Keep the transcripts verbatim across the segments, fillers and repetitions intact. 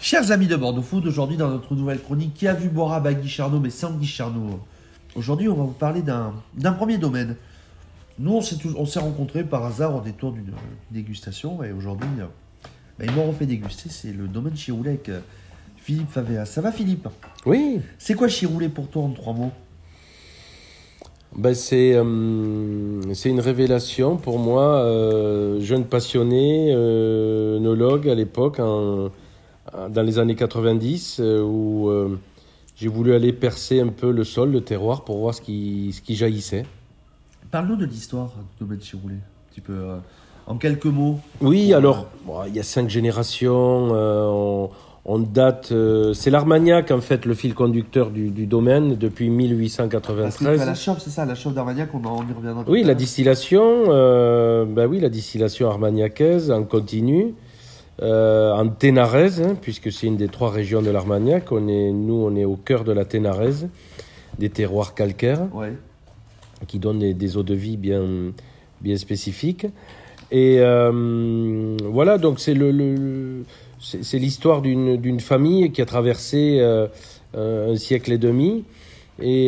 Chers amis de Bordeaux Food, aujourd'hui dans notre nouvelle chronique qui a vu boire à Guy Charnot mais sans Guy Charnot. Aujourd'hui on va vous parler d'un, d'un premier domaine. Nous on s'est, tous, on s'est rencontrés par hasard au détour d'une dégustation et aujourd'hui euh, bah, ils m'ont refait déguster, c'est le domaine Chiroulet avec euh, Philippe Favea. Ça va Philippe? Oui. C'est quoi Chiroulet pour toi en trois mots? Ben c'est, euh, c'est une révélation pour moi, euh, jeune passionné, euh, œnologue à l'époque, en, dans les années quatre-vingt-dix, euh, où euh, j'ai voulu aller percer un peu le sol, le terroir, pour voir ce qui, ce qui jaillissait. Parle-nous de l'histoire du domaine Chiroulet, un petit peu, euh, en quelques mots. Oui, Pour, alors, euh, bon, il y a cinq générations, euh, on, on date... Euh, c'est l'Armagnac, en fait, le fil conducteur du, du domaine, depuis mille huit cent quatre-vingt-treize. Parce que tu as la chauffe, c'est ça, la chauffe d'Armagnac, on, en, on y reviendra. Oui, la distillation, euh, ben oui, la distillation armagnacaise en continu, euh, en ténarèse, hein, puisque c'est une des trois régions de l'Armagnac. On est, nous, on est au cœur de la ténarèse, des terroirs calcaires, Ouais. qui donnent des, des eaux de vie bien, bien spécifiques. Et euh, voilà, donc c'est, le, le, c'est, c'est l'histoire d'une, d'une famille qui a traversé euh, un siècle et demi, et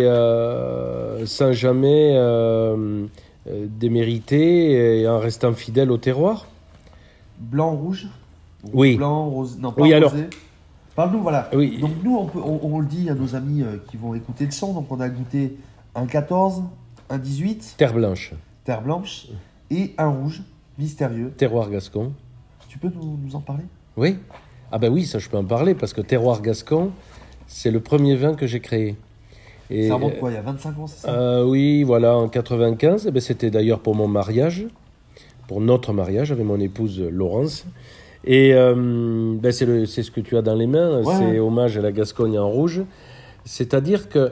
euh, sans jamais euh, euh, démériter et en restant fidèle au terroir. Blanc, rouge. Oui. Blanc, rose. Non, pas Oui, rosé. alors. Parle-nous, voilà. Oui. Donc, nous, on, peut, on, on le dit à nos amis euh, qui vont écouter le son. Donc, on a goûté un quatorze, un dix-huit, Terre blanche, terre blanche, et un rouge, mystérieux. terroir gascon. Tu peux nous, nous en parler? Oui. Ah ben oui, ça je peux en parler, parce que terroir gascon, c'est le premier vin que j'ai créé. Et, ça remonte quoi, il y a vingt-cinq ans, c'est ça? euh, Oui, voilà, en quatre-vingt-quinze. Eh ben, c'était d'ailleurs pour mon mariage, pour notre mariage avec mon épouse Laurence. Et euh, ben c'est, le, c'est ce que tu as dans les mains, Ouais, c'est ouais. hommage à la Gascogne en rouge. C'est-à-dire que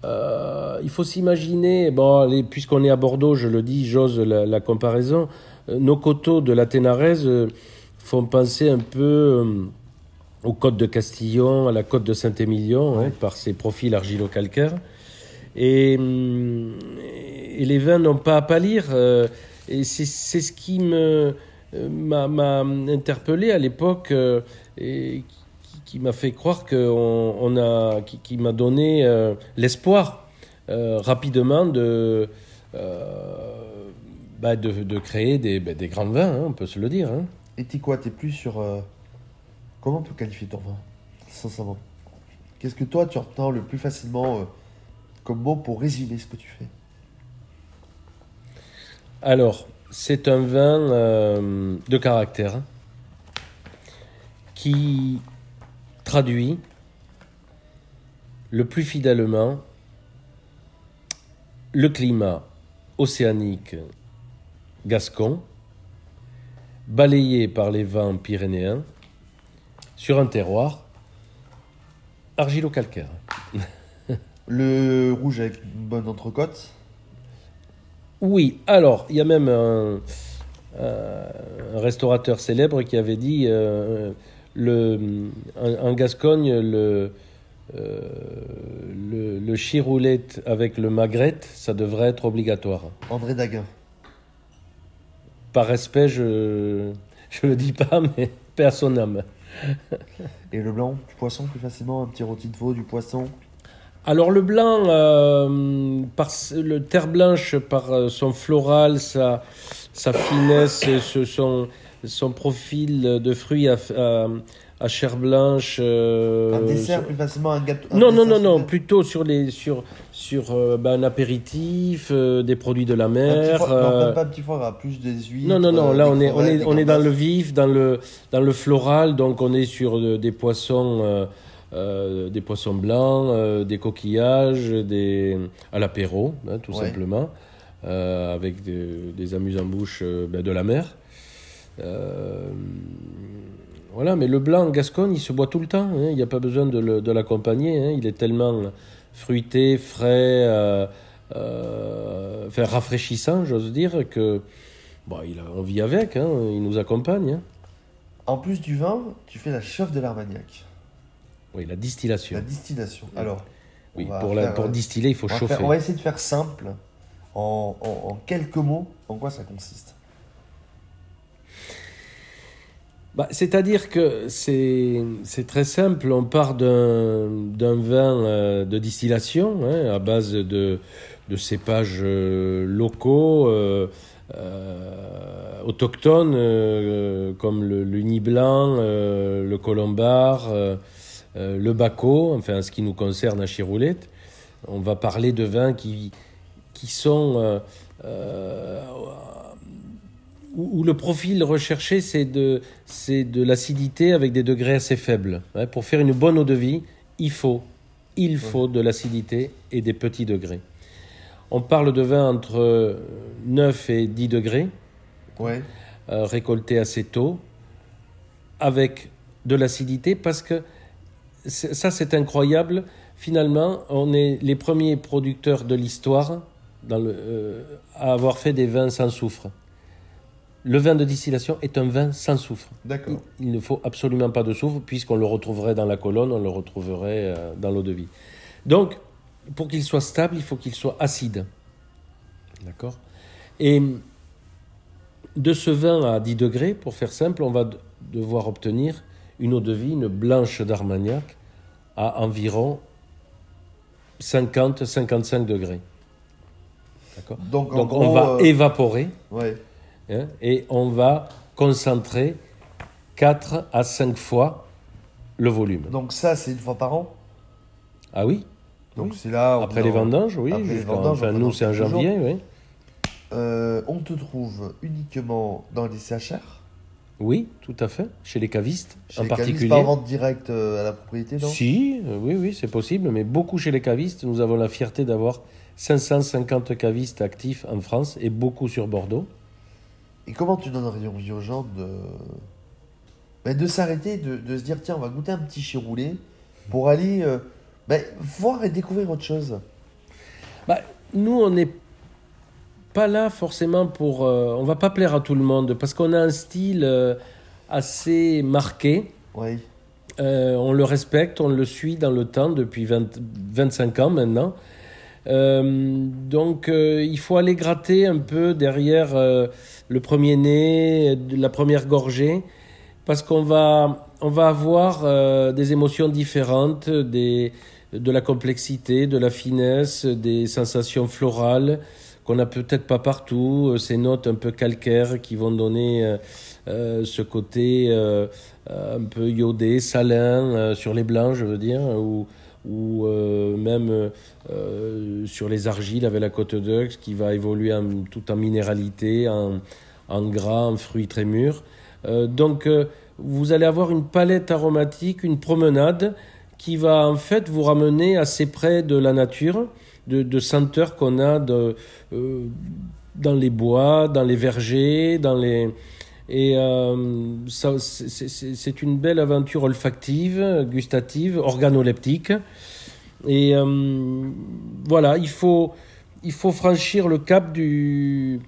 euh, il faut s'imaginer, bon, les, puisqu'on est à Bordeaux, je le dis, j'ose la, la comparaison, euh, nos coteaux de la Ténarèse euh, font penser un peu euh, aux côtes de Castillon, à la côte de Saint-Émilion, Ouais. hein, par ses profils argilo-calcaires. Et, et les vins n'ont pas à pâlir. Euh, et c'est, c'est ce qui me... M'a, m'a interpellé à l'époque euh, et qui, qui m'a fait croire que on, on a, qui, qui m'a donné euh, l'espoir euh, rapidement de, euh, bah de, de créer des, bah des grands vins, hein, on peut se le dire. Hein. Et t'es quoi? T'es plus sur... euh, Comment on peut qualifier ton vin, sincèrement? Qu'est-ce que toi, tu retends le plus facilement euh, comme mot pour résumer ce que tu fais? Alors, c'est un vin euh, de caractère qui traduit le plus fidèlement le climat océanique gascon, balayé par les vents pyrénéens, sur un terroir argilo-calcaire. Le rouge avec une bonne entrecôte. Oui, alors, il y a même un, un restaurateur célèbre qui avait dit euh, le, en, en Gascogne, le, euh, le, le chiroulet avec le magrette, ça devrait être obligatoire. André Daguin. Par respect, je ne le dis pas, mais paix à son âme. Et le blanc, du poisson plus facilement, un petit rôti de veau, du poisson. Alors le blanc, euh, par le terre blanche, par son floral, sa, sa finesse, ce, son, son profil de fruits à, à, à chair blanche. Euh, Un dessert sur... plus facilement, un gâteau. Un Non, non, non, non, sucré. plutôt sur, les, sur, sur euh, ben, un apéritif, euh, des produits de la Un petit mer. foie, euh... non, même pas un petit foie gras, plus des huîtres. Non, non, non, euh, là des on est, on crevettes, est, des on est dans gambas. le vif, dans le, dans le floral, donc on est sur euh, des poissons... Euh, Euh, des poissons blancs, euh, des coquillages, des... à l'apéro, hein, tout Ouais. simplement, euh, avec des, des amuse-en-bouche euh, ben, de la mer. Euh, voilà, mais le blanc en Gascogne, il se boit tout le temps, hein, il n'y a pas besoin de, le, de l'accompagner, hein, il est tellement fruité, frais, euh, euh, enfin, rafraîchissant, j'ose dire, que bon, il a, on vit avec, hein, il nous accompagne. Hein. En plus du vin, tu fais la chauffe de l'Armagnac. Oui, la distillation. La distillation. Alors, Oui, on va pour, la, faire, pour euh, distiller, il faut on va chauffer. faire- on va essayer de faire simple. En, en- en quelques mots, en quoi ça consiste? Bah, c'est-à-dire que c'est, c'est très simple. On part d'un, d'un vin euh, de distillation hein, à base de, de cépages euh, locaux, euh, euh, autochtones, euh, comme le, le Nid blanc, euh, le Colombard, euh, euh, le Baco, enfin ce qui nous concerne à Chiroulette. On va parler de vins qui, qui sont... Euh, euh, où le profil recherché, c'est de, c'est de l'acidité avec des degrés assez faibles. Ouais, pour faire une bonne eau-de-vie, il faut, il faut ouais. de l'acidité et des petits degrés. On parle de vin entre neuf et dix degrés, ouais. euh, récolté assez tôt, avec de l'acidité, parce que c'est, ça, c'est incroyable. Finalement, on est les premiers producteurs de l'histoire dans le, euh, à avoir fait des vins sans soufre. Le vin de distillation est un vin sans soufre. D'accord. Il, il ne faut absolument pas de soufre, puisqu'on le retrouverait dans la colonne, on le retrouverait euh, dans l'eau-de-vie. Donc, pour qu'il soit stable, il faut qu'il soit acide. D'accord ? Et de ce vin à dix degrés, pour faire simple, on va d- devoir obtenir une eau-de-vie, une blanche d'Armagnac, à environ cinquante à cinquante-cinq degrés. D'accord ? Donc, Donc gros, on va euh... évaporer. Ouais. Hein, et on va concentrer quatre à cinq fois le volume. Donc ça, c'est une fois par an ? Ah oui. Donc oui. c'est là... Après les vendanges, oui. Après les vendanges, enfin, nous, c'est en janvier, oui. Euh, on te trouve uniquement dans les C H R ? Oui, tout à fait. Chez les cavistes, chez en les particulier. Cavistes, pas en vente directe à la propriété, non ? Si, euh, oui, oui, c'est possible. Mais beaucoup chez les cavistes. Nous avons la fierté d'avoir cinq cent cinquante cavistes actifs en France et beaucoup sur Bordeaux. Et comment tu donnerais envie aux gens de, ben de s'arrêter, de, de se dire tiens, on va goûter un petit chiroulet pour aller euh, ben, voir et découvrir autre chose. Bah, nous, on n'est pas là forcément pour... Euh, on ne va pas plaire à tout le monde parce qu'on a un style euh, assez marqué. Oui. Euh, on le respecte, on le suit dans le temps depuis vingt, vingt-cinq ans maintenant. Euh, donc, euh, il faut aller gratter un peu derrière euh, le premier nez, la première gorgée, parce qu'on va, on va avoir euh, des émotions différentes, des, de la complexité, de la finesse, des sensations florales qu'on n'a peut-être pas partout, ces notes un peu calcaires qui vont donner euh, euh, ce côté euh, un peu iodé, salin, euh, sur les blancs, je veux dire, ou ou euh, même euh, sur les argiles avec la côte d'Eux qui va évoluer en, tout en minéralité, en, en gras, en fruits très mûrs. Euh, donc euh, vous allez avoir une palette aromatique, une promenade qui va en fait vous ramener assez près de la nature, de, de senteurs qu'on a de, euh, dans les bois, dans les vergers, dans les... Et euh, ça, c'est, c'est, c'est une belle aventure olfactive, gustative, organoleptique. Et euh, voilà, il faut, il faut franchir le cap du,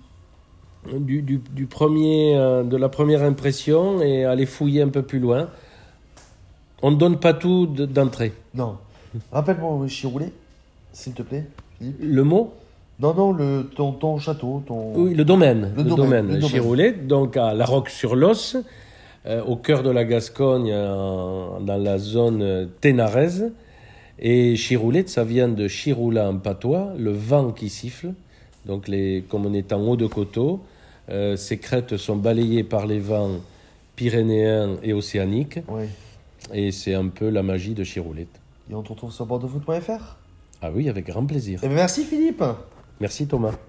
du, du, du premier, euh, de la première impression et aller fouiller un peu plus loin. On ne donne pas tout d'entrée. Non. Rappelle-moi le chiroulet, s'il te plaît, Philippe. Le mot ? Non, non, le, ton, ton château, ton... Oui, le domaine. Le, le domaine, domaine. le Chiroulet, donc à La Roque-sur-Losse, euh, au cœur de la Gascogne, en, dans la zone ténaraise. Et Chiroulet, ça vient de Chiroula en patois, le vent qui siffle. Donc, les, comme on est en haut de coteau, euh, ces crêtes sont balayées par les vents pyrénéens et océaniques. Oui. Et c'est un peu la magie de Chiroulet. Et on te retrouve sur bordeaux foot point f r ? Ah oui, avec grand plaisir. Eh bien, merci Philippe. Merci Thomas.